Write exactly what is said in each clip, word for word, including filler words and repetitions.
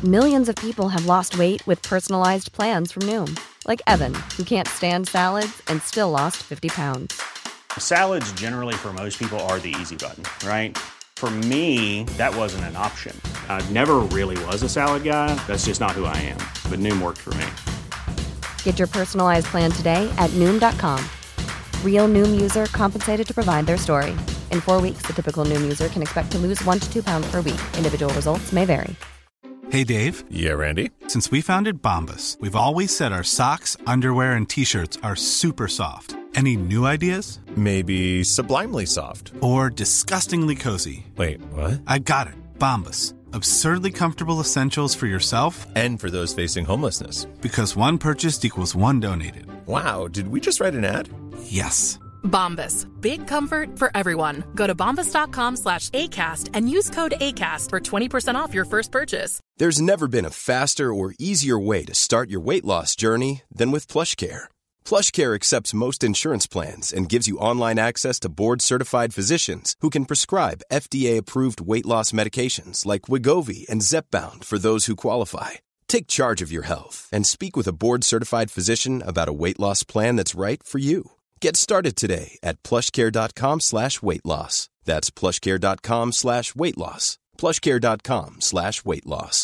Millions of people have lost weight with personalized plans from Noom. Like Evan, who can't stand salads and still lost fifty pounds. Salads generally for most people are the easy button, right? For me, that wasn't an option. I never really was a salad guy. That's just not who I am. But Noom worked for me. Get your personalized plan today at Noom dot com. Real Noom user compensated to provide their story. In four weeks, the typical Noom user can expect to lose one to two pounds per week. Individual results may vary. Hey, Dave. Yeah, Randy. Since we founded Bombas, we've always said our socks, underwear, and T-shirts are super soft. Any new ideas? Maybe sublimely soft. Or disgustingly cozy. Wait, what? I got it. Bombas. Absurdly comfortable essentials for yourself and for those facing homelessness. Because one purchased equals one donated. Wow, did we just write an ad? Yes. Bombas. Big comfort for everyone. Go to bombas dot com slash ACAST and use code ACAST for twenty percent off your first purchase. There's never been a faster or easier way to start your weight loss journey than with PlushCare. PlushCare accepts most insurance plans and gives you online access to board-certified physicians who can prescribe F D A-approved weight loss medications like Wegovy and Zepbound for those who qualify. Take charge of your health and speak with a board-certified physician about a weight loss plan that's right for you. Get started today at plushcare.com slash weight loss. That's plushcare.com slash weight loss. plushcare.com slash weight loss.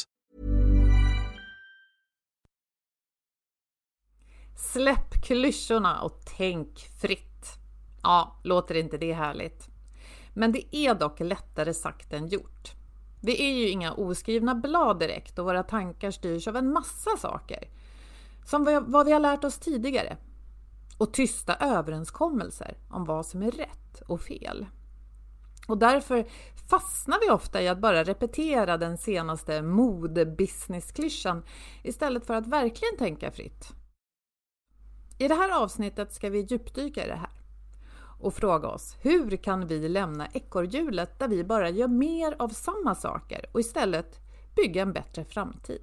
Släpp klyschorna och tänk fritt. Ja, låter inte det härligt? Men det är dock lättare sagt än gjort. Vi är ju inga oskrivna blad direkt och våra tankar styrs av en massa saker. Som vad vi har lärt oss tidigare. Och tysta överenskommelser om vad som är rätt och fel. Och därför fastnar vi ofta i att bara repetera den senaste mode-business-klyschan istället för att verkligen tänka fritt. I det här avsnittet ska vi djupdyka i det här och fråga oss hur kan vi lämna ekorrhjulet där vi bara gör mer av samma saker och istället bygga en bättre framtid.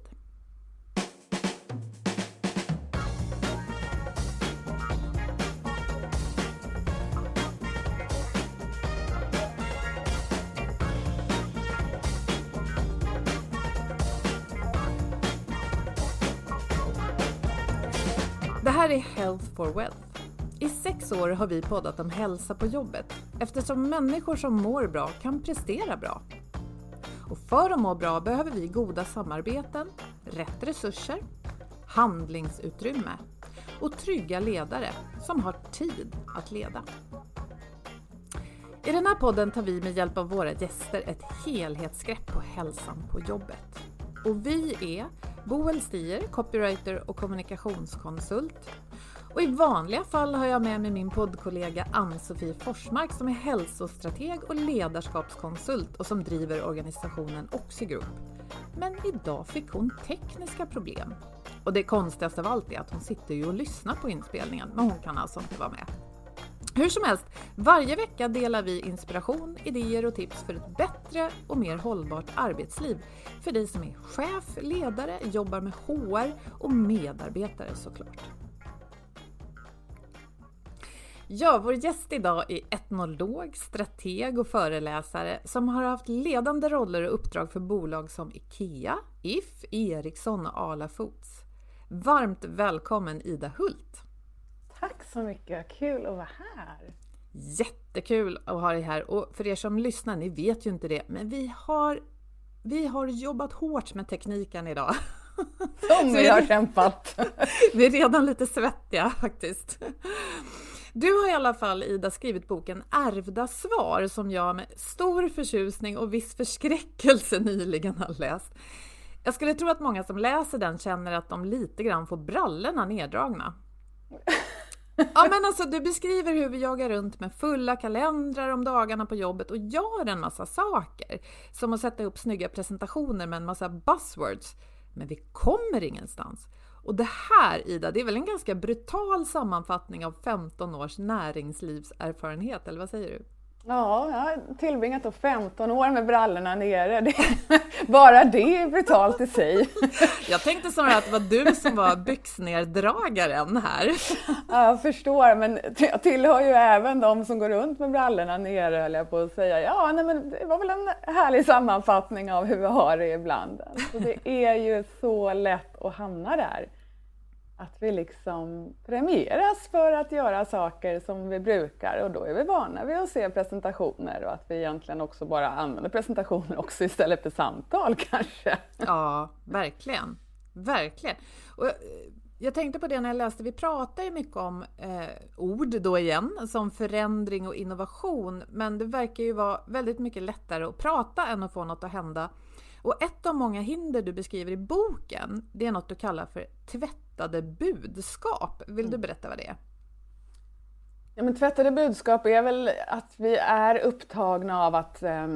Det här är Health for Wealth. I sex år har vi poddat om hälsa på jobbet eftersom människor som mår bra kan prestera bra. Och för att må bra behöver vi goda samarbeten, rätt resurser, handlingsutrymme och trygga ledare som har tid att leda. I den här podden tar vi med hjälp av våra gäster ett helhetsgrepp på hälsan på jobbet. Och vi är Boel Stier, copywriter och kommunikationskonsult. Och i vanliga fall har jag med mig min poddkollega Ann-Sofie Forsmark som är hälsostrateg och ledarskapskonsult och som driver organisationen Oxigroup. Men idag fick hon tekniska problem. Och det konstigaste av allt är att hon sitter ju och lyssnar på inspelningen, men hon kan alltså inte vara med. Hur som helst, varje vecka delar vi inspiration, idéer och tips för ett bättre och mer hållbart arbetsliv. För dig som är chef, ledare, jobbar med H R och medarbetare såklart. Ja, vår gäst idag är etnolog, strateg och föreläsare som har haft ledande roller och uppdrag för bolag som IKEA, If, Ericsson och Arla Foods. Varmt välkommen Ida Hult! Tack så mycket, kul att vara här. Jättekul att ha dig här och för er som lyssnar, ni vet ju inte det, men vi har, vi har jobbat hårt med tekniken idag. Som vi har kämpat. Vi är redan lite svettiga faktiskt. Du har i alla fall, Ida, skrivit boken Ärvda svar som jag med stor förtjusning och viss förskräckelse nyligen har läst. Jag skulle tro att många som läser den känner att de lite grann får brallorna neddragna. Ja, men alltså du beskriver hur vi jagar runt med fulla kalendrar om dagarna på jobbet och gör en massa saker. Som att sätta upp snygga presentationer med en massa buzzwords. Men vi kommer ingenstans. Och det här, Ida, det är väl en ganska brutal sammanfattning av femton års näringslivserfarenhet, eller vad säger du? Ja, jag har tillbringat då femton år med brallorna nere. Det, bara det är brutalt i sig. Jag tänkte snarare att det var du som var byxneddragaren här. Ja, jag förstår, men jag tillhör ju även de som går runt med brallorna nere, höll jag på att säga. Ja, nej, men det var väl en härlig sammanfattning av hur vi har det ibland. Alltså, det är ju så lätt att hamna där. Att vi liksom premieras för att göra saker som vi brukar, och då är vi vana vid att se presentationer, och att vi egentligen också bara använder presentationer också istället för samtal kanske. Ja, verkligen. Verkligen. Och jag tänkte på det när jag läste, vi pratar ju mycket om eh, ord då igen, som förändring och innovation, men det verkar ju vara väldigt mycket lättare att prata än att få något att hända. Och ett av många hinder du beskriver i boken, det är något du kallar för tvättade budskap. Vill du berätta vad det är? Ja, men tvättade budskap är väl att vi är upptagna av att eh,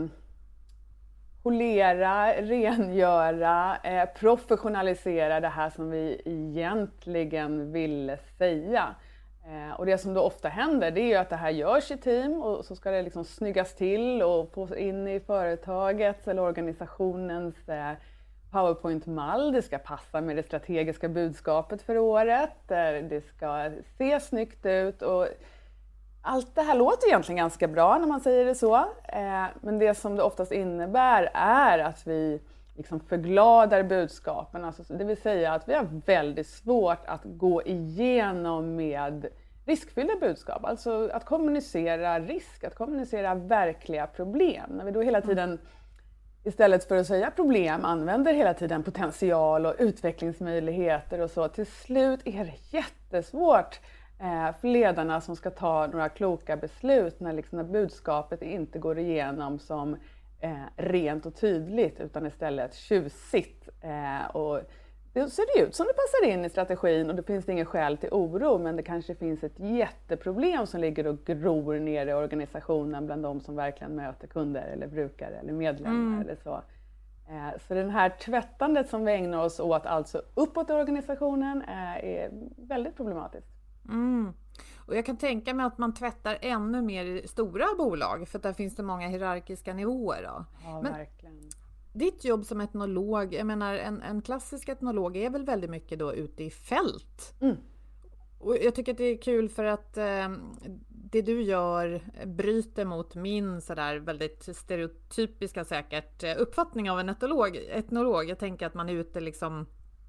polera, rengöra, eh, professionalisera det här som vi egentligen ville säga. Och det som då ofta händer, det är ju att det här görs i team, och så ska det liksom snyggas till och på in i företagets eller organisationens PowerPoint-mall. Det ska passa med det strategiska budskapet för året. Det ska se snyggt ut, och allt det här låter egentligen ganska bra när man säger det så. Men det som det oftast innebär är att vi liksom förgladar budskapen, alltså det vill säga att vi har väldigt svårt att gå igenom med riskfyllda budskap, alltså att kommunicera risk, att kommunicera verkliga problem. När vi då hela tiden, istället för att säga problem, använder hela tiden potential och utvecklingsmöjligheter och så, till slut är det jättesvårt för ledarna som ska ta några kloka beslut när, liksom, när budskapet inte går igenom som Eh, rent och tydligt, utan istället tjusigt. Eh, och det ser det ut som det passar in i strategin, och det finns inget skäl till oro, men det kanske finns ett jätteproblem som ligger och gror ner i organisationen bland de som verkligen möter kunder eller brukare eller medlemmar. Mm. Eller så. Eh, så den här tvättandet som vi ägnar oss åt, alltså uppåt i organisationen, eh, är väldigt problematiskt. Mm. Och jag kan tänka mig att man tvättar ännu mer i stora bolag, för där finns det många hierarkiska nivåer. Då. Ja, men verkligen. Ditt jobb som etnolog, jag menar en, en klassisk etnolog är väl väldigt mycket då ute i fält. Mm. Och jag tycker att det är kul för att eh, det du gör bryter mot min sådär väldigt stereotypiska säkert uppfattning av en etnolog. etnolog. Jag tänker att man är ute liksom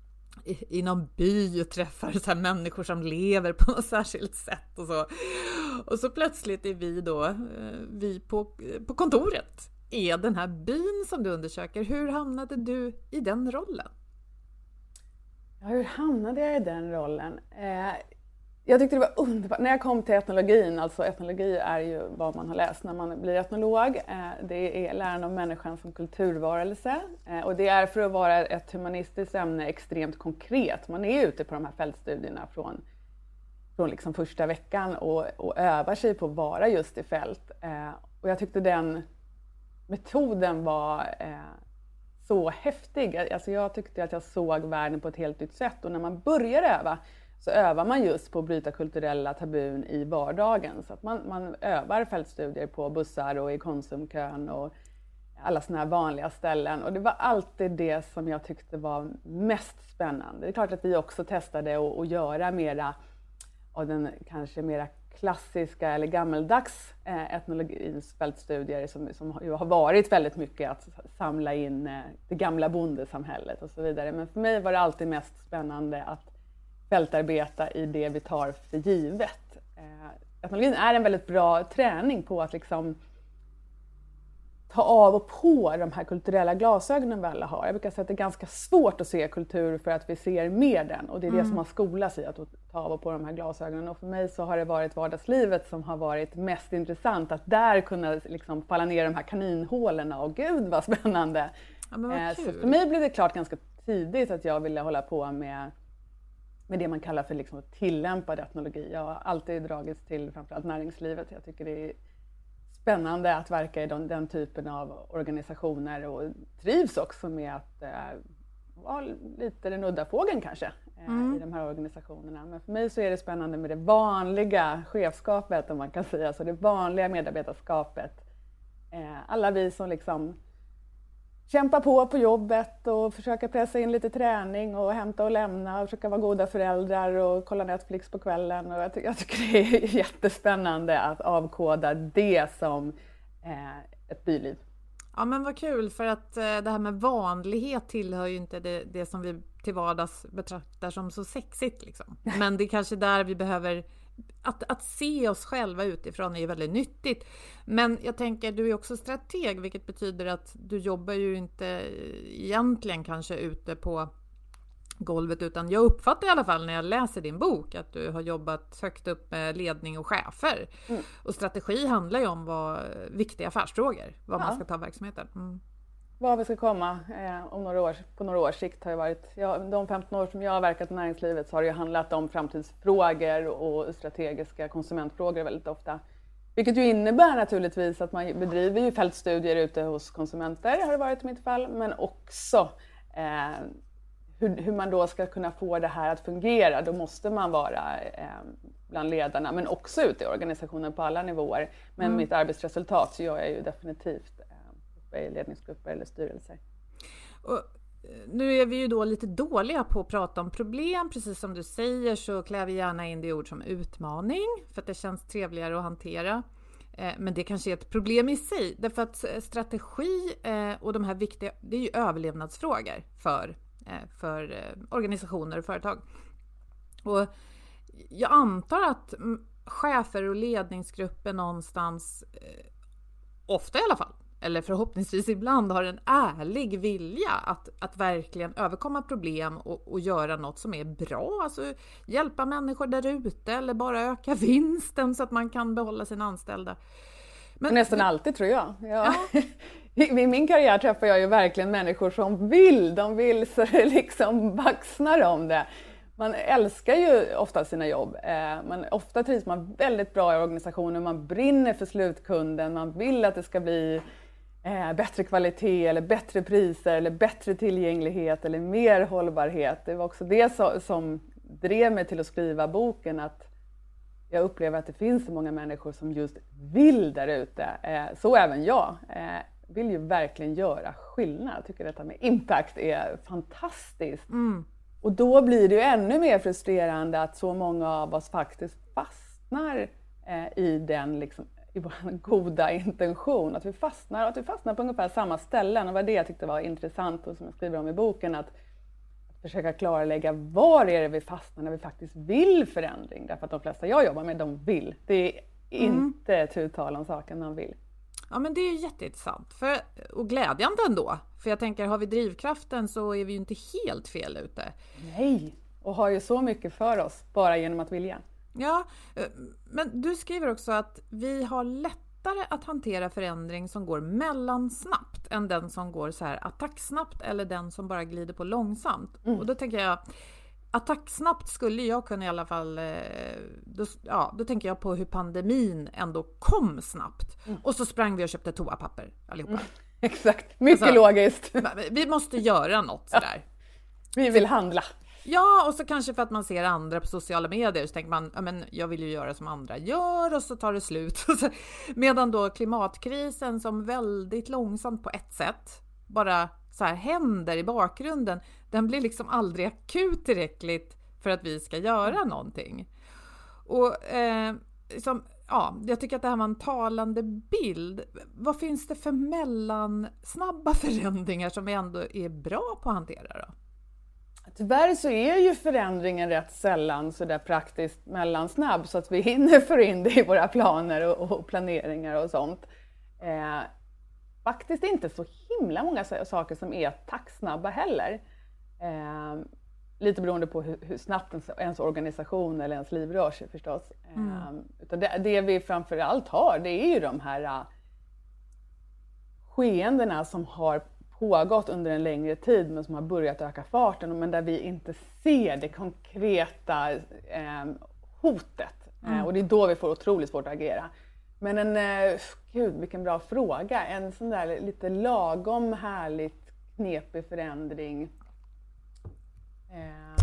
i, i någon by och träffar så här människor som lever på något särskilt sätt och så. Och så plötsligt är vi då, vi på, på kontoret, är den här byn som du undersöker. Hur hamnade du i den rollen? Ja, hur hamnade jag i den rollen? Eh, jag tyckte det var underbart. När jag kom till etnologin, alltså etnologi är ju vad man har läst när man blir etnolog. Eh, det är läran om människan som kulturvarelse. Eh, och det är, för att vara ett humanistiskt ämne, extremt konkret. Man är ute på de här fältstudierna från, från liksom första veckan och, och övar sig på att vara just i fält. Eh, och jag tyckte den metoden var eh, så häftig. Alltså jag tyckte att jag såg världen på ett helt nytt sätt. Och när man börjar öva så övar man just på att bryta kulturella tabun i vardagen. Så att man, man övar fältstudier på bussar och i Konsumkön och alla såna här vanliga ställen. Och det var alltid det som jag tyckte var mest spännande. Det är klart att vi också testade att, att göra mera av den kanske mera klassiska eller gammeldags eh, etnologins fältstudier som, som ju har varit väldigt mycket att samla in eh, det gamla bondesamhället och så vidare. Men för mig var det alltid mest spännande att fältarbeta i det vi tar för givet. Eh, etnologin är en väldigt bra träning på att liksom ta av och på de här kulturella glasögonen vi alla har. Jag brukar säga att det är ganska svårt att se kultur för att vi ser mer den. Och det är mm. det som man skolas i, att ta av och på de här glasögonen. Och för mig så har det varit vardagslivet som har varit mest intressant. Att där kunna liksom falla ner i de här kaninhålorna. Och gud vad spännande! Ja, men vad kul. Så för mig blev det klart ganska tidigt att jag ville hålla på med, med det man kallar för liksom tillämpad etnologi. Jag har alltid dragits till framförallt näringslivet. Jag tycker det är spännande att verka i den, den typen av organisationer och trivs också med att eh, var lite den udda fågeln kanske Mm. i de här organisationerna. Men för mig så är det spännande med det vanliga chefskapet, om man kan säga så, det vanliga medarbetarskapet. Alla vi som liksom kämpar på på jobbet och försöker pressa in lite träning och hämta och lämna och försöka vara goda föräldrar och kolla Netflix på kvällen. Och jag, ty- jag tycker det är jättespännande att avkoda det som eh, ett byliv. Ja, men vad kul, för att eh, det här med vanlighet tillhör ju inte det, det som vi till vardags betraktar som så sexigt liksom. Men det är kanske där vi behöver, att, att se oss själva utifrån är ju väldigt nyttigt. Men jag tänker, du är också strateg, vilket betyder att du jobbar ju inte egentligen kanske ute på golvet, utan jag uppfattar i alla fall när jag läser din bok att du har jobbat högt upp med ledning och chefer. Mm. Och strategi handlar ju om vad, viktiga affärsfrågor, vad ja. man ska ta verksamheten. Mm. Vad vi ska komma eh, om några år, på några års sikt har ju varit, ja, de femton år som jag har verkat i näringslivet så har det ju handlat om framtidsfrågor och strategiska konsumentfrågor väldigt ofta. Vilket ju innebär naturligtvis att man bedriver ju fältstudier ute hos konsumenter, har det varit i mitt fall, men också eh, hur, hur man då ska kunna få det här att fungera. Då måste man vara eh, bland ledarna, men också ute i organisationen på alla nivåer. Men mm. mitt arbetsresultat så gör jag ju definitivt eh, i ledningsgrupper eller styrelser. Och nu är vi ju då lite dåliga på att prata om problem. Precis som du säger så klär vi gärna in det ord som utmaning, för att det känns trevligare att hantera. Men det kanske är ett problem i sig, därför att strategi och de här viktiga, det är ju överlevnadsfrågor för, för organisationer och företag. Och jag antar att chefer och ledningsgrupper någonstans, ofta i alla fall, eller förhoppningsvis ibland, har en ärlig vilja att, att verkligen överkomma problem och, och göra något som är bra. Alltså hjälpa människor där ute eller bara öka vinsten så att man kan behålla sina anställda. Men, Nästan alltid tror jag. Ja. Ja. I min karriär träffar jag ju verkligen människor som vill. De vill så det liksom baxnar om det. Man älskar ju ofta sina jobb, men ofta trivs man väldigt bra i organisationen. Man brinner för slutkunden, man vill att det ska bli bättre kvalitet eller bättre priser eller bättre tillgänglighet eller mer hållbarhet. Det var också det som drev mig till att skriva boken, att jag upplever att det finns så många människor som just vill där ute. Så även jag vill ju verkligen göra skillnad. Jag tycker detta med impact är fantastiskt. Mm. Och då blir det ju ännu mer frustrerande att så många av oss faktiskt fastnar i den liksom, i vår goda intention. Att vi fastnar, att vi fastnar på ungefär samma ställen. Och det var det jag tyckte var intressant och som jag skriver om i boken. Att, att försöka klarlägga var är det vi fastnar när vi faktiskt vill förändring. Därför att de flesta jag jobbar med, de vill. Det är mm. inte ett uttal om saken man vill. Ja, men det är ju jätteintressant. För, och glädjande ändå. För jag tänker, har vi drivkraften så är vi ju inte helt fel ute. Nej, och har ju så mycket för oss bara genom att vilja. Ja, men du skriver också att vi har lättare att hantera förändring som går mellansnabbt än den som går så här attacksnabbt eller den som bara glider på långsamt. Mm. Och då tänker jag, attacksnabbt skulle jag kunna i alla fall, då, ja, då tänker jag på hur pandemin ändå kom snabbt. Mm. Och så sprang vi och köpte toapapper allihopa. Mm. Exakt, mycket alltså, logiskt. Vi måste göra något sådär. Ja. Vi vill handla. Ja, och så kanske för att man ser andra på sociala medier så tänker man, ja men jag vill ju göra som andra gör, och så tar det slut. Medan då klimatkrisen som väldigt långsamt på ett sätt bara så här händer i bakgrunden, den blir liksom aldrig akut tillräckligt för att vi ska göra någonting. Och eh, som, ja, jag tycker att det här var en talande bild. Vad finns det för mellansnabba förändringar som vi ändå är bra på att hantera då? Tyvärr så är ju förändringen rätt sällan så där praktiskt mellansnabb så att vi hinner få in det i våra planer och, och planeringar och sånt. Eh, faktiskt inte så himla många saker som är tacksnabba heller. Eh, lite beroende på hur, hur snabbt ens, ens organisation eller ens liv rör sig förstås. Mm. Eh, utan det, det vi framförallt har, det är ju de här uh, skeendena som har pågått under en längre tid men som har börjat öka farten, men där vi inte ser det konkreta eh, hotet. Mm. Eh, och det är då vi får otroligt svårt att agera. Men en, eh, gud vilken bra fråga, en sån där lite lagom härligt knepig förändring. Eh,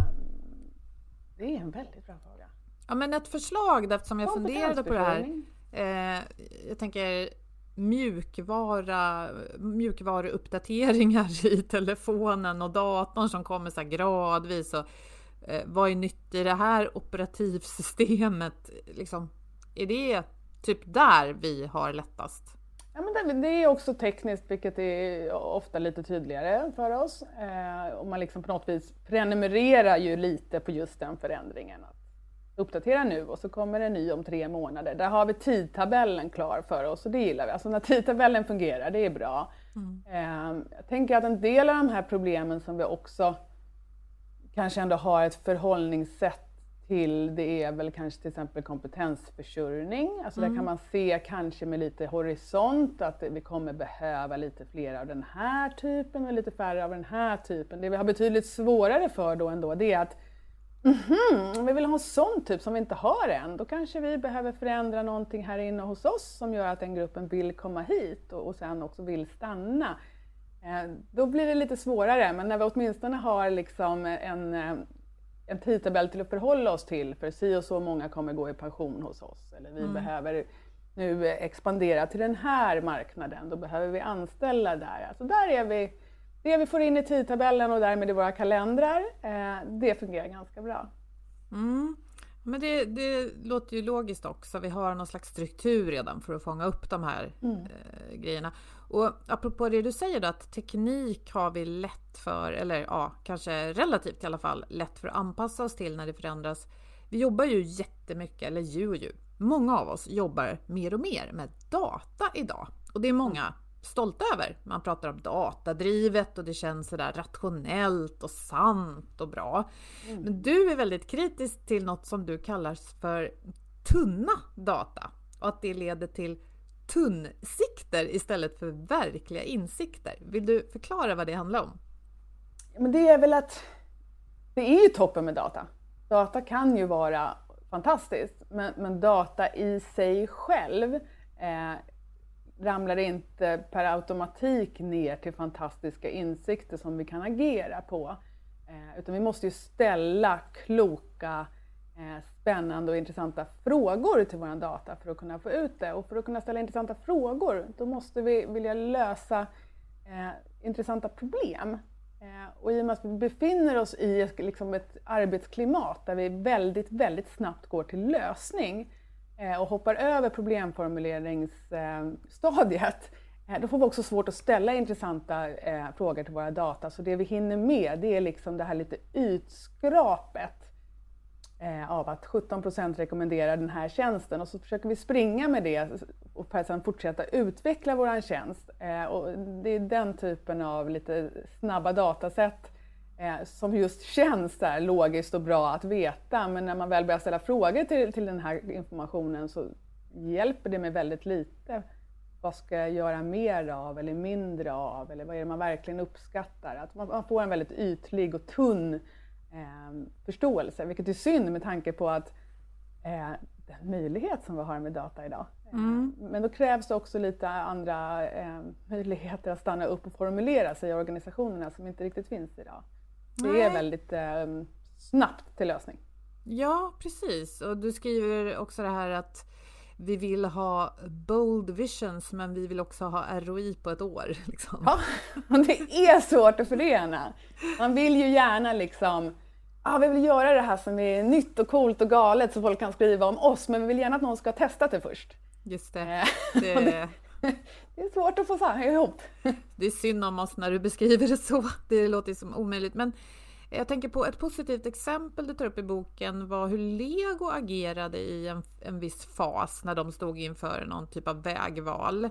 det är en väldigt bra fråga. Ja, men ett förslag, eftersom jag funderade på det här. Eh, jag tänker mjukvara, mjukvaruuppdateringar i telefonen och datorn som kommer så här gradvis. Och, eh, vad är nytt i det här operativsystemet? Liksom, är det typ där vi har lättast? Ja, men det, det är också tekniskt, vilket är ofta lite tydligare för oss. Eh, och man liksom på något vis prenumererar ju lite på just den förändringen. Att uppdatera nu och så kommer det ny om tre månader. Där har vi tidtabellen klar för oss och det gillar vi. Alltså när tidtabellen fungerar, det är bra. Mm. Eh, jag tänker att en del av de här problemen som vi också kanske ändå har ett förhållningssätt till, det är väl kanske till exempel kompetensförsörjning. Alltså mm. där kan man se kanske med lite horisont att vi kommer behöva lite fler av den här typen och lite färre av den här typen. Det vi har betydligt svårare för då ändå, det är att mm-hmm, om vi vill ha en sån typ som vi inte har än, då kanske vi behöver förändra någonting här inne hos oss som gör att den gruppen vill komma hit och, och sen också vill stanna. Eh, då blir det lite svårare, men när vi åtminstone har liksom en en tidtabell till att förhålla oss till, för si och så många kommer gå i pension hos oss, eller vi mm. behöver nu expandera till den här marknaden, då behöver vi anställa där. Alltså där är vi, det vi får in i tidtabellen och därmed i våra kalendrar, eh, det fungerar ganska bra. Mm. Men det, det låter ju logiskt också, vi har någon slags struktur redan för att fånga upp de här mm. eh, grejerna. Och apropå det du säger då, att teknik har vi lätt för, eller ja, kanske relativt i alla fall, lätt för att anpassa oss till när det förändras. Vi jobbar ju jättemycket, eller ju och ju, många av oss jobbar mer och mer med data idag. Och det är många stolta över. Man pratar om datadrivet och det känns sådär rationellt och sant och bra. Mm. Men du är väldigt kritisk till något som du kallar för tunna data. Och att det leder till tunnsikter istället för verkliga insikter. Vill du förklara vad det handlar om? Men det är väl att det är ju toppen med data. Data kan ju vara fantastiskt, men, men data i sig själv eh, ramlar inte per automatik ner till fantastiska insikter som vi kan agera på. Eh, utan vi måste ju ställa kloka, eh, spännande och intressanta frågor till vår data för att kunna få ut det. Och för att kunna ställa intressanta frågor, då måste vi vilja lösa eh, intressanta problem. Eh, och i och med att vi befinner oss i liksom ett arbetsklimat där vi väldigt, väldigt snabbt går till lösning eh, och hoppar över problemformuleringsstadiet, eh, då får vi också svårt att ställa intressanta eh, frågor till våra data. Så det vi hinner med, det är liksom det här lite ytskrapet eh, av att sjutton procent rekommenderar den här tjänsten, och så försöker vi springa med det och för att sedan fortsätta utveckla våran tjänst. Eh, och det är den typen av lite snabba datasätt eh, som just känns där logiskt och bra att veta, men när man väl börjar ställa frågor till, till den här informationen så hjälper det mig väldigt lite. Vad ska jag göra mer av eller mindre av, eller vad är det man verkligen uppskattar? Att man, man får en väldigt ytlig och tunn eh, förståelse, vilket är synd med tanke på att eh, den möjlighet som vi har med data idag. Mm. Men då krävs det också lite andra eh, möjligheter att stanna upp och formulera sig i organisationerna som inte riktigt finns idag. Det Nej. är väldigt eh, snabbt till lösning. Ja, precis. Och du skriver också det här att vi vill ha bold visions, men vi vill också ha R O I på ett år. Liksom. Ja, det är svårt att förena. Man vill ju gärna liksom, ah, vi vill göra det här som är nytt och coolt och galet så folk kan skriva om oss, men vi vill gärna att någon ska testa det först. Just det. Det, det, det är svårt att få så här ihop. Det är synd om oss när du beskriver det så. Det låter som omöjligt. Men jag tänker på ett positivt exempel du tar upp i boken var hur Lego agerade i en, en viss fas när de stod inför någon typ av vägval.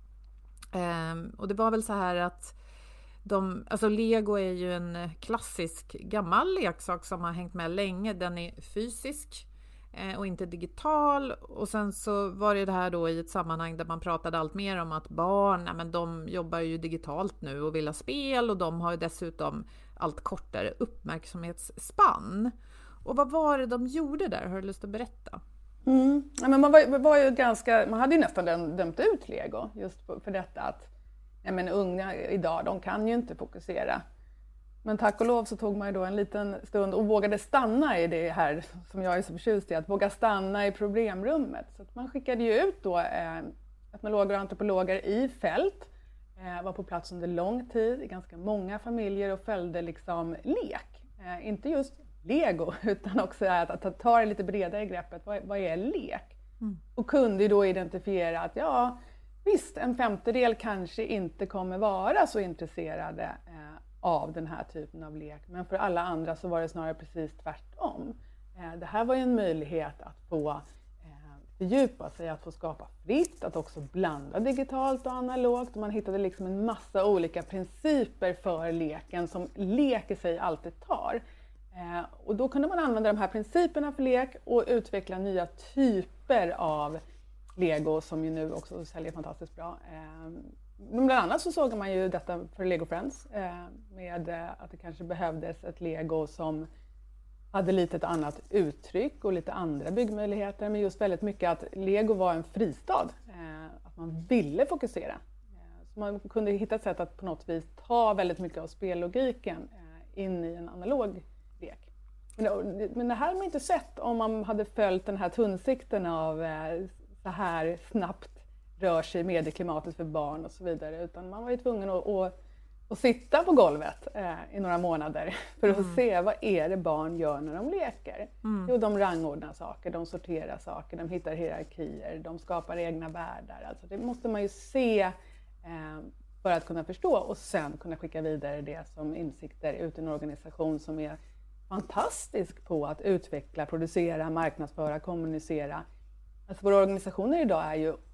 Ehm, och det var väl så här att de, alltså Lego är ju en klassisk gammal leksak som har hängt med länge. Den är fysisk eh, och inte digital. Och sen så var det det här då i ett sammanhang där man pratade allt mer om att barn, ja, men de jobbar ju digitalt nu och vill ha spel, och de har ju dessutom allt kortare uppmärksamhetsspann. Och vad var det de gjorde där? Har du lust att berätta? Mm. Ja, men man, var, var ju ganska, man hade ju nästan dömt ut Lego just för detta att ja, men unga idag, de kan ju inte fokusera Men tack och lov så tog man ju då en liten stund och vågade stanna i det här som jag är så förtjust i, att våga stanna i problemrummet. Så att man skickade ju ut då eh, etnologer och antropologer i fält, eh, var på plats under lång tid i ganska många familjer och följde liksom lek. Eh, inte just Lego utan också att, att, att ta det lite bredare greppet, vad, vad är lek? Mm. Och kunde ju då identifiera att ja, visst, en femtedel kanske inte kommer vara så intresserade eh, av den här typen av lek. Men för alla andra så var det snarare precis tvärtom. Eh, det här var ju en möjlighet att få eh, fördjupa sig, att få skapa fritt, att också blanda digitalt och analogt. Och man hittade liksom en massa olika principer för leken som lek i sig alltid tar. Eh, och då kunde man använda de här principerna för lek och utveckla nya typer av Lego som ju nu också säljer fantastiskt bra. Eh, men bland annat så såg man ju detta för Lego Friends eh, med eh, att det kanske behövdes ett Lego som hade lite ett annat uttryck och lite andra byggmöjligheter, men just väldigt mycket att Lego var en fristad, eh, att man ville fokusera. Eh, så man kunde hitta ett sätt att på något vis ta väldigt mycket av spellogiken eh, in i en analog lek. Men, men det här har man inte sett om man hade följt den här tunnsikten av eh, så här snabbt rör sig medieklimatet för barn och så vidare, utan man var ju tvungen att, att, att sitta på golvet eh, i några månader för att mm. se vad är det barn gör när de leker. Mm. Jo, de rangordnar saker, de sorterar saker, de hittar hierarkier, de skapar egna världar. Alltså det måste man ju se eh, för att kunna förstå och sen kunna skicka vidare det som insikter ut i en organisation som är fantastisk på att utveckla, producera, marknadsföra, kommunicera. Alltså våra organisationer idag är ju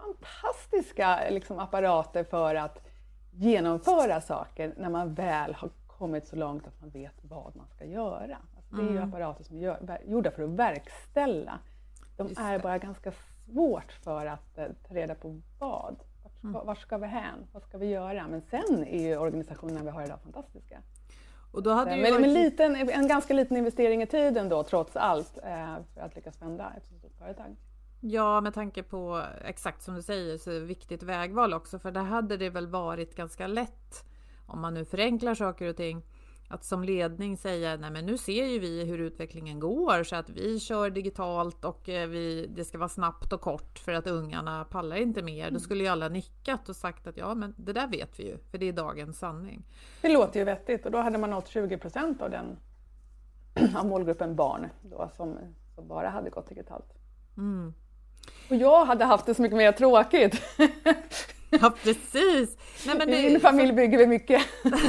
fantastiska liksom, apparater för att genomföra saker när man väl har kommit så långt att man vet vad man ska göra. Alltså, det är ju apparater som är gjorda för att verkställa. De Just är det. bara ganska svårt för att uh, ta reda på vad. Vart ska, mm. vart ska vi hän? Vad ska vi göra? Men sen är ju organisationerna vi har idag fantastiska. Och då hade ju men, varit... men liten, en ganska liten investering i tiden då trots allt uh, för att lyckas vända ett så stort företag. Ja, med tanke på exakt som du säger så är det viktigt vägval också, för där hade det väl varit ganska lätt, om man nu förenklar saker och ting, att som ledning säga nej men nu ser ju vi hur utvecklingen går så att vi kör digitalt och vi, det ska vara snabbt och kort för att ungarna pallar inte mer. Mm. Då skulle ju alla nickat och sagt att ja men det där vet vi ju, för det är dagens sanning. Det låter ju vettigt och då hade man nått tjugo procent av den av målgruppen barn då, som, som bara hade gått digitalt. Mm. Och jag hade haft det så mycket mer tråkigt. Ja, precis. Nej, men det... I min familj bygger vi mycket.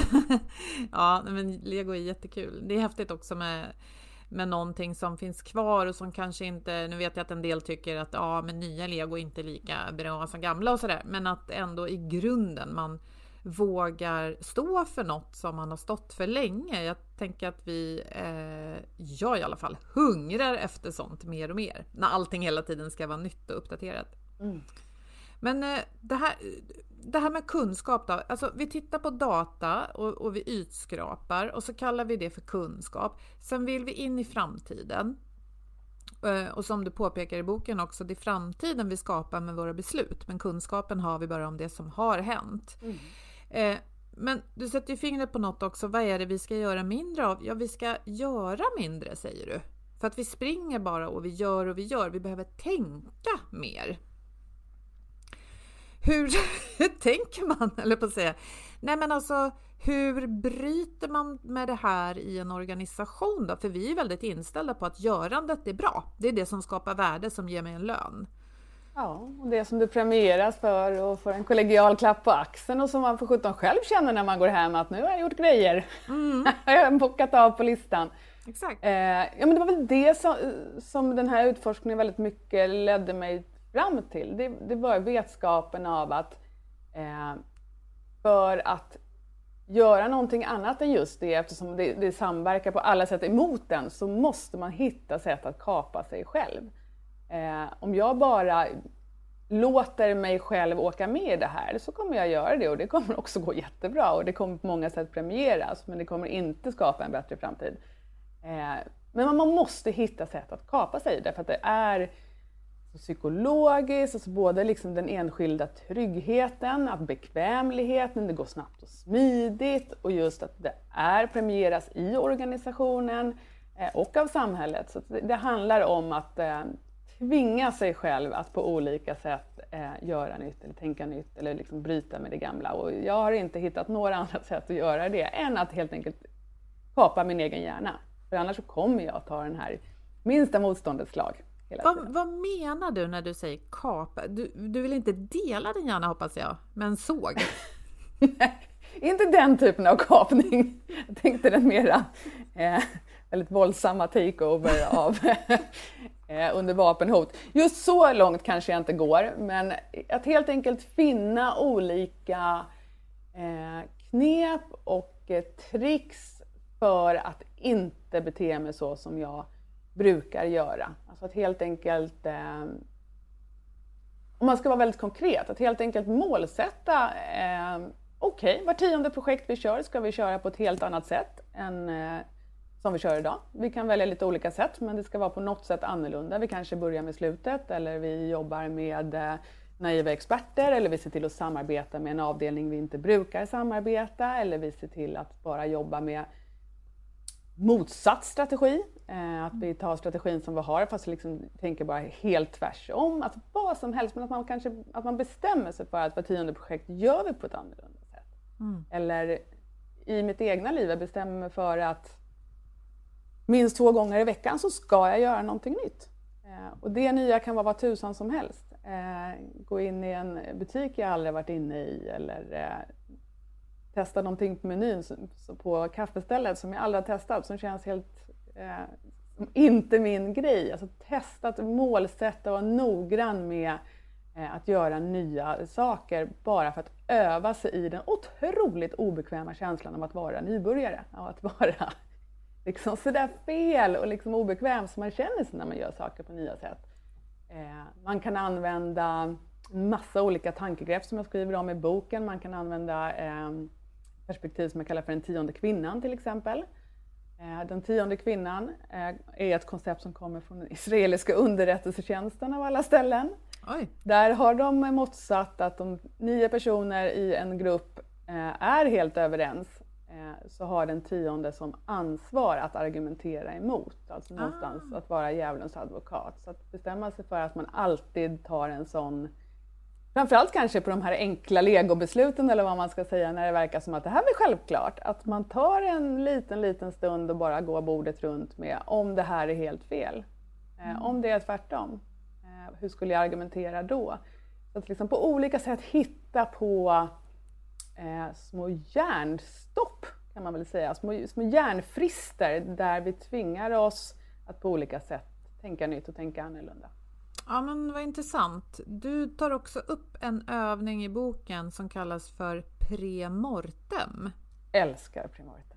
Ja, men Lego är jättekul. Det är häftigt också med, med någonting som finns kvar och som kanske inte... Nu vet jag att en del tycker att ja, men nya Lego är inte lika bra som gamla och sådär. Men att ändå i grunden man vågar stå för något som man har stått för länge. Jag tänker att vi, eh, jag i alla fall, hungrar efter sånt mer och mer. När allting hela tiden ska vara nytt och uppdaterat. Mm. Men eh, det, här, det här med kunskap då. Alltså vi tittar på data och, och vi ytskrapar och så kallar vi det för kunskap. Sen vill vi in i framtiden. Eh, och som du påpekar i boken också, det är framtiden vi skapar med våra beslut. Men kunskapen har vi bara om det som har hänt. Mm. Eh, men du sätter ju fingret på något också. Vad är det vi ska göra mindre av? Ja, vi ska göra mindre, säger du. För att vi springer bara och vi gör och vi gör. Vi behöver tänka mer. Hur, hur tänker man? Eller på att säga. Nej, men alltså, hur bryter man med det här i en organisation då? För vi är väldigt inställda på att görandet är bra. Det är det som skapar värde, som ger mig en lön. Ja, och det som du premieras för och får en kollegial klapp på axeln och som man för sjutton själv känner när man går hem att nu har jag gjort grejer. Mm. Jag har bockat av på listan. Exakt. Eh, ja, men det var väl det som, som den här utforskningen väldigt mycket ledde mig fram till. Det, det var vetskapen av att eh, för att göra någonting annat än just det, eftersom det, det samverkar på alla sätt emot den, så måste man hitta sätt att kapa sig själv. Eh, om jag bara låter mig själv åka med i det här så kommer jag göra det och det kommer också gå jättebra och det kommer på många sätt premieras, men det kommer inte skapa en bättre framtid. Eh, men man måste hitta sätt att kapa sig därför att det är psykologiskt, alltså både liksom den enskilda tryggheten, att bekvämligheten, det går snabbt och smidigt och just att det är premieras i organisationen eh, och av samhället. Så det, det handlar om att eh, tvinga sig själv att på olika sätt eh, göra nytt eller tänka nytt eller liksom bryta med det gamla. Och jag har inte hittat några andra sätt att göra det än att helt enkelt kapa min egen hjärna. För annars så kommer jag att ta den här minsta motståndets slag. Vad, vad menar du när du säger kapa? Du, du vill inte dela din hjärna, hoppas jag, med en såg? Nej, inte den typen av kapning. Jag tänkte den mera eh, väldigt våldsamma takeover av eh, under vapenhot. Just så långt kanske jag inte går, men att helt enkelt finna olika eh, knep och eh, tricks för att inte bete mig så som jag brukar göra. Alltså att helt enkelt, eh, om man ska vara väldigt konkret, att helt enkelt målsätta, eh, okej, okay, var tionde projekt vi kör ska vi köra på ett helt annat sätt än eh, som vi kör idag. Vi kan välja lite olika sätt, men det ska vara på något sätt annorlunda. Vi kanske börjar med slutet, eller vi jobbar med eh, naiva experter, eller vi ser till att samarbeta med en avdelning vi inte brukar samarbeta, eller vi ser till att bara jobba med motsatt strategi, eh, att vi tar strategin som vi har fast liksom tänker bara helt tvärsom, att vad som helst, men att man kanske att man bestämmer sig för att var tionde projekt gör vi på ett annorlunda sätt. Mm. Eller i mitt egna liv jag bestämmer mig för att minst två gånger i veckan så ska jag göra någonting nytt. Eh, och det nya kan vara vad tusan som helst. Eh, gå in i en butik jag aldrig varit inne i, eller eh, testa någonting på menyn på kaffestället som jag aldrig har testat, som känns helt eh, inte min grej. Alltså testa att målsätta och vara noggrann med eh, att göra nya saker bara för att öva sig i den otroligt obekväma känslan av att vara nybörjare. Av att vara liksom sådär fel och liksom obekväm som man känner sig när man gör saker på nya sätt. Eh, man kan använda massa olika tankegrepp som jag skriver om i boken. Man kan använda eh, perspektiv som jag kallar för den tionde kvinnan till exempel. Den tionde kvinnan är ett koncept som kommer från den israeliska underrättelsetjänsten av alla ställen. Oj. Där har de motsatt att om nio personer i en grupp är helt överens så har den tionde som ansvar att argumentera emot. Alltså någonstans ah. att vara djävulens advokat. Så att bestämma sig för att man alltid tar en sån. Framförallt kanske på de här enkla legobesluten eller vad man ska säga när det verkar som att det här är självklart. Att man tar en liten, liten stund och bara går bordet runt med om det här är helt fel. Mm. Eh, om det är tvärtom. Eh, hur skulle jag argumentera då? Så att liksom på olika sätt hitta på eh, små hjärnstopp kan man väl säga. Små, små hjärnfrister där vi tvingar oss att på olika sätt tänka nytt och tänka annorlunda. Ja, men vad intressant. Du tar också upp en övning i boken som kallas för premortem. Älskar premortem.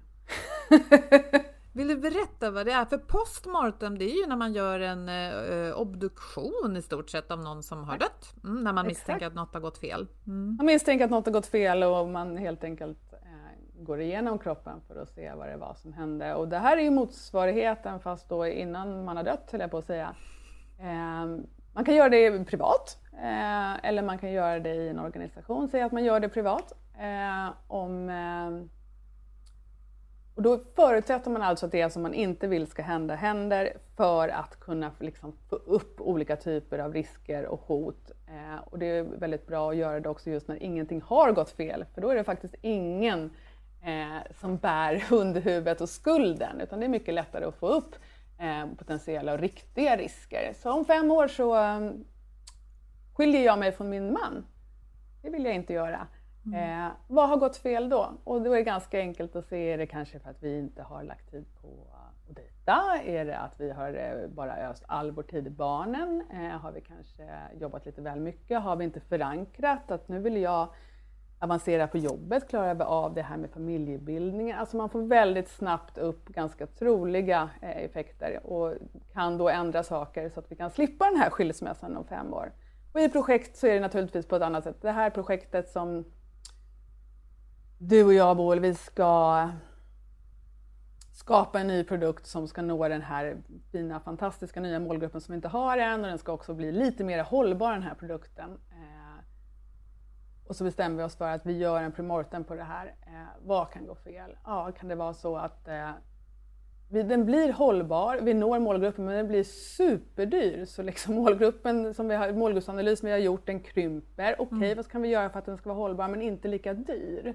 Vill du berätta vad det är? För postmortem, det är ju när man gör en eh, obduktion i stort sett av någon som har dött. Mm, när man misstänker Exakt. att något har gått fel. Mm. Man misstänker att något har gått fel och man helt enkelt eh, går igenom kroppen för att se vad det var som hände. Och det här är ju motsvarigheten fast då innan man har dött, höll jag på att säga. Eh, Man kan göra det privat eh, eller man kan göra det i en organisation. Säg att man gör det privat. Eh, om, eh, och då förutsätter man alltså att det som man inte vill ska hända händer för att kunna liksom få upp olika typer av risker och hot. Eh, och det är väldigt bra att göra det också just när ingenting har gått fel. För då är det faktiskt ingen eh, som bär hundhuvudet och skulden. Utan det är mycket lättare att få upp potentiella och riktiga risker. Så om fem år så um, skiljer jag mig från min man. Det vill jag inte göra. Mm. Eh, vad har gått fel då? Och då är det ganska enkelt att se. Är det kanske för att vi inte har lagt tid på att dejta? Är det att vi har eh, bara öst all vår tid i barnen? Eh, har vi kanske jobbat lite väl mycket? Har vi inte förankrat att nu vill jag avancera på jobbet, klarar vi av det här med familjebildningen. Alltså man får väldigt snabbt upp ganska troliga eh, effekter och kan då ändra saker så att vi kan slippa den här skilsmässan om fem år. Och i projekt så är det naturligtvis på ett annat sätt. Det här projektet som du och jag, Boel, vi ska skapa en ny produkt som ska nå den här fina, fantastiska nya målgruppen som vi inte har än, och den ska också bli lite mer hållbar, den här produkten. Eh, och så bestämmer vi oss för att vi gör en premortem på det här. Eh, vad kan gå fel? Ja, kan det vara så att eh, vi, den blir hållbar, vi når målgruppen, men den blir superdyr. Så liksom målgruppen som vi har, målgruppsanalys vi har gjort, den krymper. Okej, okay, mm. vad kan vi göra för att den ska vara hållbar men inte lika dyr?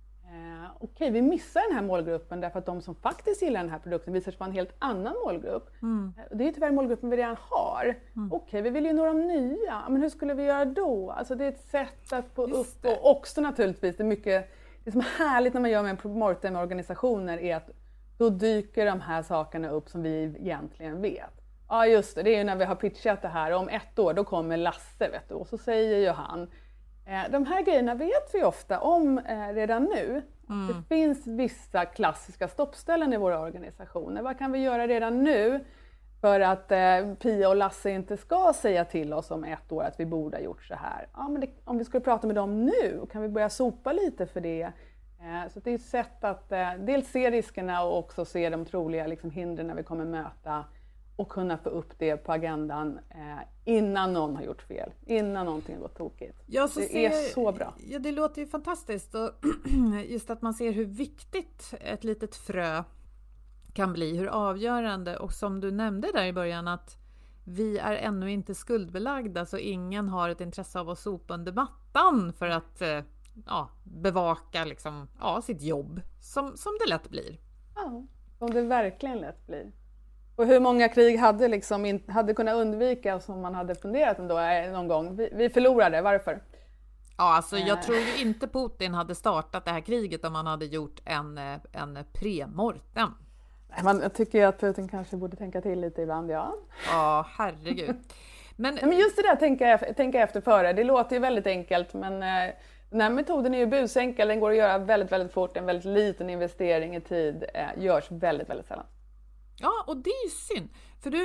Eh, Okej, okay, vi missar den här målgruppen därför att de som faktiskt gillar den här produkten visar sig vara en helt annan målgrupp. Mm. Eh, det är ju tyvärr målgruppen vi redan har. Mm. Okej, okay, vi vill ju nå de nya, men hur skulle vi göra då? Alltså det är ett sätt att få upp, och också naturligtvis, det är mycket, det som är härligt när man gör med en premortem med organisationer är att då dyker de här sakerna upp som vi egentligen vet. Ja just det, det är ju när vi har pitchat det här, om ett år då kommer Lasse, vet du, och så säger ju han, de här grejerna vet vi ofta om eh, redan nu. Mm. Det finns vissa klassiska stoppställen i våra organisationer. Vad kan vi göra redan nu för att eh, Pia och Lasse inte ska säga till oss om ett år att vi borde ha gjort så här? Ja, men det, om vi skulle prata med dem nu, kan vi börja sopa lite för det? Eh, så det är ett sätt att eh, dels se riskerna och också se de troliga liksom, hindren när vi kommer möta, och kunna få upp det på agendan eh, innan någon har gjort fel, innan någonting har gått tokigt. Ja, så det ser, är så bra. Ja, det låter ju fantastiskt. Och just att man ser hur viktigt ett litet frö kan bli, hur avgörande. Och som du nämnde där i början, att vi är ännu inte skuldbelagda, så ingen har ett intresse av att sopa under mattan för att eh, ja, bevaka liksom, ja, sitt jobb, som, som det lätt blir. Ja, som det verkligen lätt blir. Och hur många krig hade, liksom in, hade kunnat undvikas om man hade funderat ändå någon gång? Vi, vi förlorade, varför? Ja, alltså jag tror ju inte Putin hade startat det här kriget om man hade gjort en, en premortem. Man, jag tycker att Putin kanske borde tänka till lite ibland, ja. Ja, herregud. Men, men just det där, tänka, tänka efter före, det låter ju väldigt enkelt, men eh, den här metoden är ju busenkel, den går att göra väldigt, väldigt fort, en väldigt liten investering i tid eh, görs väldigt, väldigt sällan. Ja, och det är ju synd. För du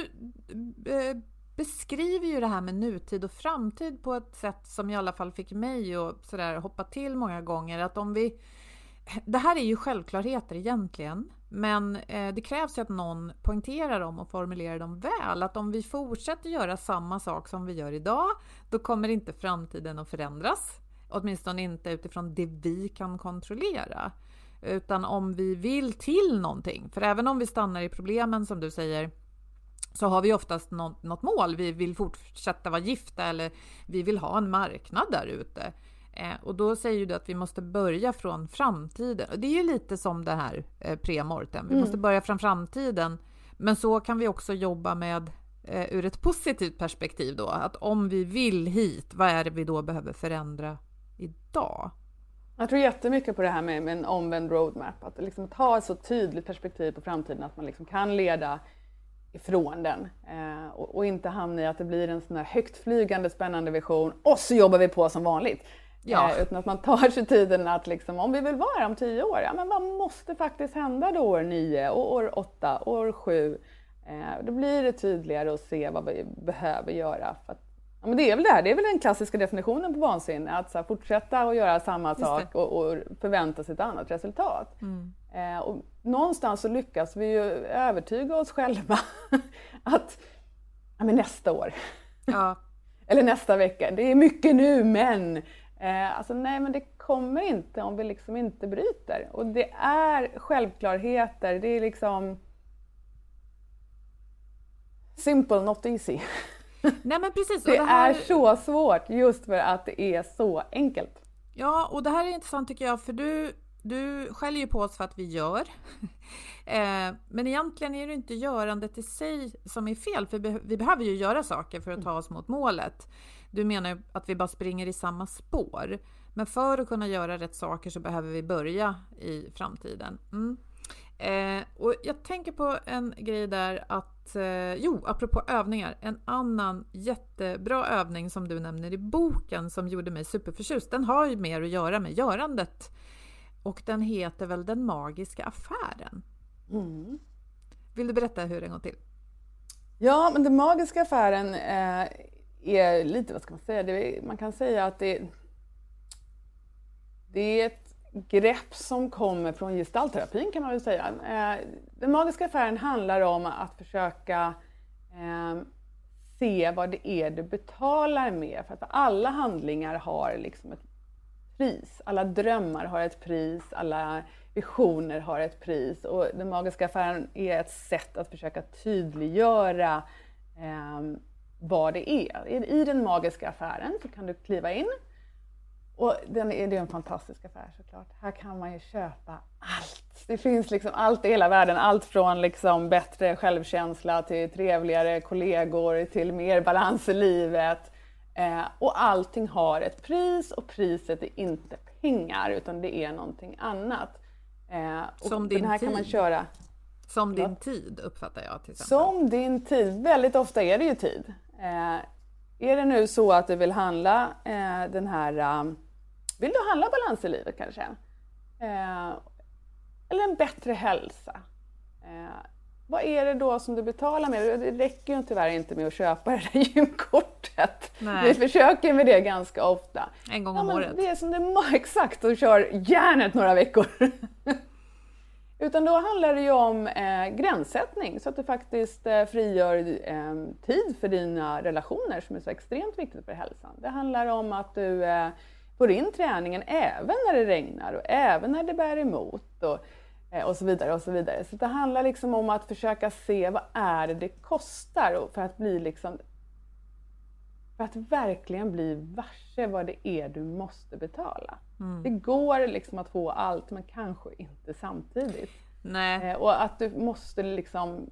eh, beskriver ju det här med nutid och framtid på ett sätt som i alla fall fick mig att sådär hoppa till många gånger. Att om vi, det här är ju självklarheter egentligen, men eh, det krävs ju att någon poängterar dem och formulerar dem väl. Att om vi fortsätter göra samma sak som vi gör idag, då kommer inte framtiden att förändras. Åtminstone inte utifrån det vi kan kontrollera. Utan om vi vill till någonting. För även om vi stannar i problemen som du säger, så har vi oftast något, något mål. Vi vill fortsätta vara gifta, eller vi vill ha en marknad där ute. Eh, och då säger du att vi måste börja från framtiden. Och det är ju lite som det här eh, premortem. Vi mm. måste börja från framtiden. Men så kan vi också jobba med eh, ur ett positivt perspektiv då. Att om vi vill hit, vad är det vi då behöver förändra idag? Jag tror jättemycket på det här med, med en omvänd roadmap. Att liksom ha ett så tydligt perspektiv på framtiden att man liksom kan leda ifrån den. Eh, och, och inte hamna i att det blir en sån här högt flygande spännande vision och så jobbar vi på som vanligt. Ja. Eh, utan att man tar sig tiden att liksom, om vi vill vara om tio år, ja, men vad måste faktiskt hända då år nio, och år åtta, år sju? Eh, då blir det tydligare att se vad vi behöver göra. För att, ja, men det är väl det här, det är väl den klassiska definitionen på vansinne, att så här, fortsätta att göra samma sak och, och förvänta sig ett annat resultat. Mm. Eh, och någonstans så lyckas vi ju övertyga oss själva att ja, men nästa år, ja. eller nästa vecka, det är mycket nu, men eh, alltså, nej, men det kommer inte om vi liksom inte bryter. Och det är självklarheter, det är liksom simple, not easy. Nej, men precis. Det, och det här är så svårt just för att det är så enkelt. Ja, och det här är intressant tycker jag, för du, du skäller ju på oss för att vi gör. eh, men egentligen är det inte görandet i sig som är fel, för vi, vi behöver ju göra saker för att ta oss mot målet. Du menar ju att vi bara springer i samma spår. Men för att kunna göra rätt saker så behöver vi börja i framtiden. Mm. Eh, och jag tänker på en grej där att, eh, jo, apropå övningar, en annan jättebra övning som du nämner i boken som gjorde mig superförtjust, den har ju mer att göra med görandet, och den heter väl Den magiska affären. Mm. Vill du berätta hur den går till? Ja, men Den magiska affären eh, är lite, vad ska man säga, det, man kan säga att det, det är ett grepp som kommer från gestaltterapin kan man väl säga. Eh, den magiska affären handlar om att försöka eh, se vad det är du betalar med. För att alla handlingar har liksom ett pris. Alla drömmar har ett pris, alla visioner har ett pris. Och den magiska affären är ett sätt att försöka tydliggöra eh, vad det är. I, I den magiska affären så kan du kliva in. Och den är, det är en fantastisk affär såklart. Här kan man ju köpa allt. Det finns liksom allt i hela världen. Allt från liksom bättre självkänsla till trevligare kollegor till mer balans i livet. Eh, och allting har ett pris och priset är inte pengar utan det är någonting annat. Eh, och Som din den här tid. kan man köra. Som din Ja. tid uppfattar jag till exempel. Som din tid. Väldigt ofta är det ju tid. Eh, är det nu så att du vill handla eh, den här... Um, Vill du handla balans i livet kanske? Eh, eller en bättre hälsa? Eh, vad är det då som du betalar med? Det räcker ju tyvärr inte med att köpa det där gymkortet. Nej. Vi försöker med det ganska ofta. En gång Ja, om men året. det är som det är exakt och kör järnet några veckor. Utan då handlar det ju om eh, gränssättning så att du faktiskt eh, frigör eh, tid för dina relationer som är så extremt viktigt för hälsan. Det handlar om att du eh, får in träningen även när det regnar och även när det bär emot och, och så vidare och så vidare. Så det handlar liksom om att försöka se vad är det det kostar och för att bli liksom för att verkligen bli varse vad det är du måste betala. Mm. Det går liksom att få allt men kanske inte samtidigt. Nej. Och att du måste liksom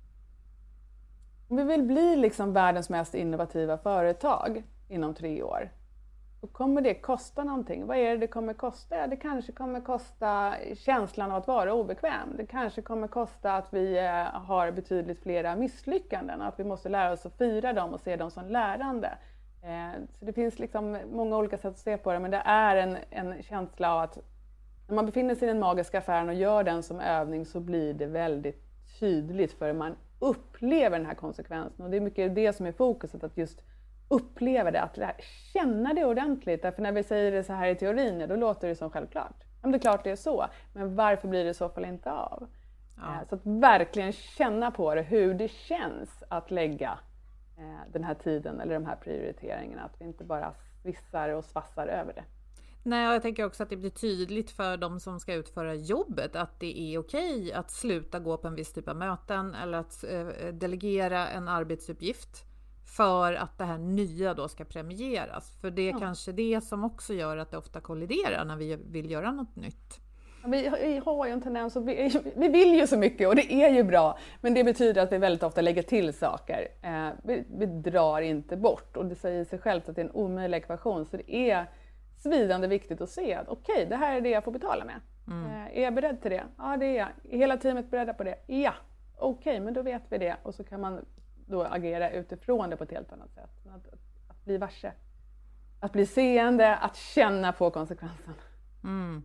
om vi vill bli liksom världens mest innovativa företag inom tre år. Då kommer det kosta någonting. Vad är det det kommer kosta? Det kanske kommer kosta känslan av att vara obekväm. Det kanske kommer kosta att vi har betydligt flera misslyckanden. Att vi måste lära oss att fira dem och se dem som lärande. Så det finns liksom många olika sätt att se på det. Men det är en, en känsla av att när man befinner sig i den magiska affären och gör den som övning så blir det väldigt tydligt. För man upplever den här konsekvensen. Och det är mycket det som är fokuset. Att just uppleva det, att känna det ordentligt. Därför när vi säger det så här i teorin, då låter det som självklart. Om det är klart det är så, men varför blir det i så fall inte av? Ja. Så att verkligen känna på det, hur det känns att lägga eh, den här tiden eller de här prioriteringarna. Att vi inte bara svissar och svassar över det. Nej, och jag tänker också att det blir tydligt för de som ska utföra jobbet att det är okej att sluta gå på en viss typ av möten eller att eh, delegera en arbetsuppgift. För att det här nya då ska premieras. För det är ja. kanske det som också gör att det ofta kolliderar när vi vill göra något nytt. Vi har ju en tendens att vi, vi vill ju så mycket och det är ju bra. Men det betyder att vi väldigt ofta lägger till saker. Eh, vi, vi drar inte bort och det säger sig självt att det är en omöjlig ekvation. Så det är svidande viktigt att se att okej, okay, det här är det jag får betala med. Mm. Eh, är jag beredd till det? Ja, det är jag. Är hela teamet beredda på det? Ja. Okej, okay, men då vet vi det och så kan man då agera utifrån det på ett helt annat sätt. Att, att, att bli varse. Att bli seende, att känna på konsekvensen. Mm.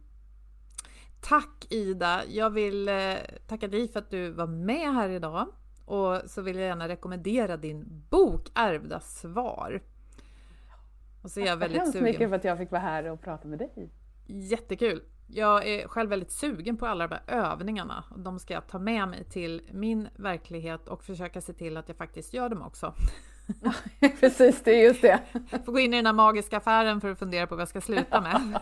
Tack Ida. Jag vill eh, tacka dig för att du var med här idag. Och så vill jag gärna rekommendera din bok Ärvda svar. Och så är jag väldigt hemskt sugen. mycket för att jag fick vara här och prata med dig. Jättekul. Jag är själv väldigt sugen på alla de här övningarna. De ska jag ta med mig till min verklighet och försöka se till att jag faktiskt gör dem också. Precis, det är just det. Jag får gå in i den här magiska affären för att fundera på vad jag ska sluta med.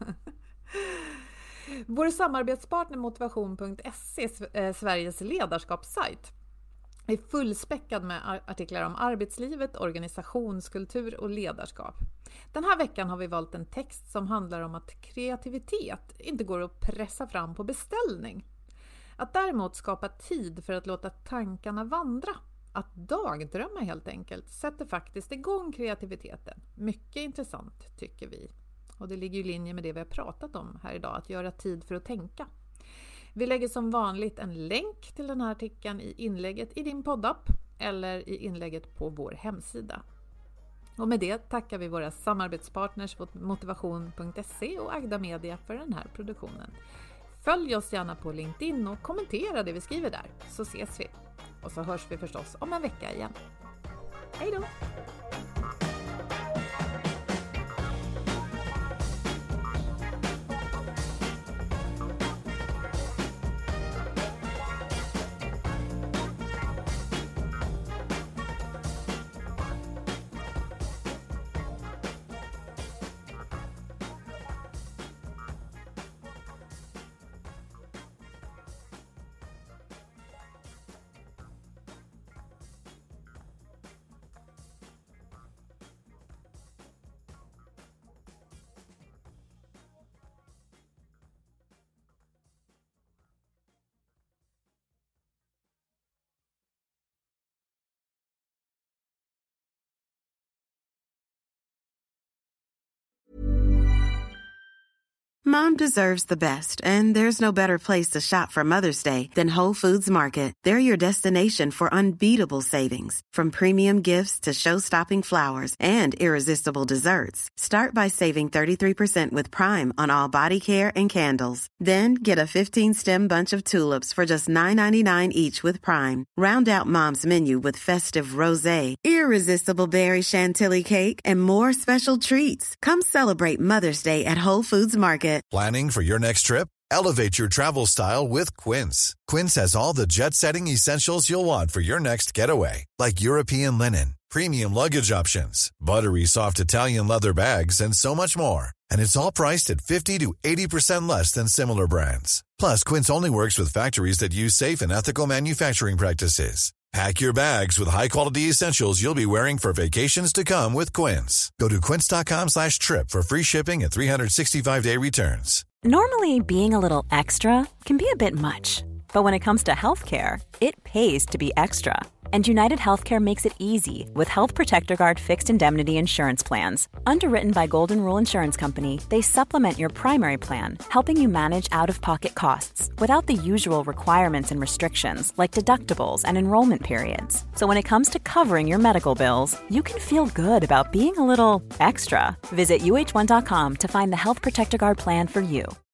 Vår samarbetspartner motivation punkt se, Sveriges ledarskapssajt, är fullspäckad med artiklar om arbetslivet, organisationskultur och ledarskap. Den här veckan har vi valt en text som handlar om att kreativitet inte går att pressa fram på beställning. Att däremot skapa tid för att låta tankarna vandra. Att dagdrömma helt enkelt sätter faktiskt igång kreativiteten. Mycket intressant tycker vi. Och det ligger i linje med det vi har pratat om här idag, att göra tid för att tänka. Vi lägger som vanligt en länk till den här artikeln i inlägget i din poddapp eller i inlägget på vår hemsida. Och med det tackar vi våra samarbetspartners motivation punkt se och Agda Media för den här produktionen. Följ oss gärna på LinkedIn och kommentera det vi skriver där, så ses vi. Och så hörs vi förstås om en vecka igen. Hej då! Mom deserves the best, and there's no better place to shop for Mother's Day than Whole Foods Market. They're your destination for unbeatable savings, from premium gifts to show-stopping flowers and irresistible desserts. Start by saving thirty-three percent with Prime on all body care and candles. Then get a fifteen-stem bunch of tulips for just nine ninety-nine each with Prime. Round out Mom's menu with festive rosé, irresistible berry chantilly cake, and more special treats. Come celebrate Mother's Day at Whole Foods Market. Planning for your next trip? Elevate your travel style with Quince. Quince has all the jet-setting essentials you'll want for your next getaway, like European linen, premium luggage options, buttery soft Italian leather bags, and so much more. And it's all priced at fifty to eighty percent less than similar brands. Plus, Quince only works with factories that use safe and ethical manufacturing practices. Pack your bags with high-quality essentials you'll be wearing for vacations to come with Quince. Go to quince.com slash trip for free shipping and three sixty-five day returns. Normally, being a little extra can be a bit much. But when it comes to healthcare, it pays to be extra. And United Healthcare makes it easy with Health Protector Guard fixed indemnity insurance plans. Underwritten by Golden Rule Insurance Company, they supplement your primary plan, helping you manage out-of-pocket costs without the usual requirements and restrictions like deductibles and enrollment periods. So when it comes to covering your medical bills, you can feel good about being a little extra. Visit U H one dot com to find the Health Protector Guard plan for you.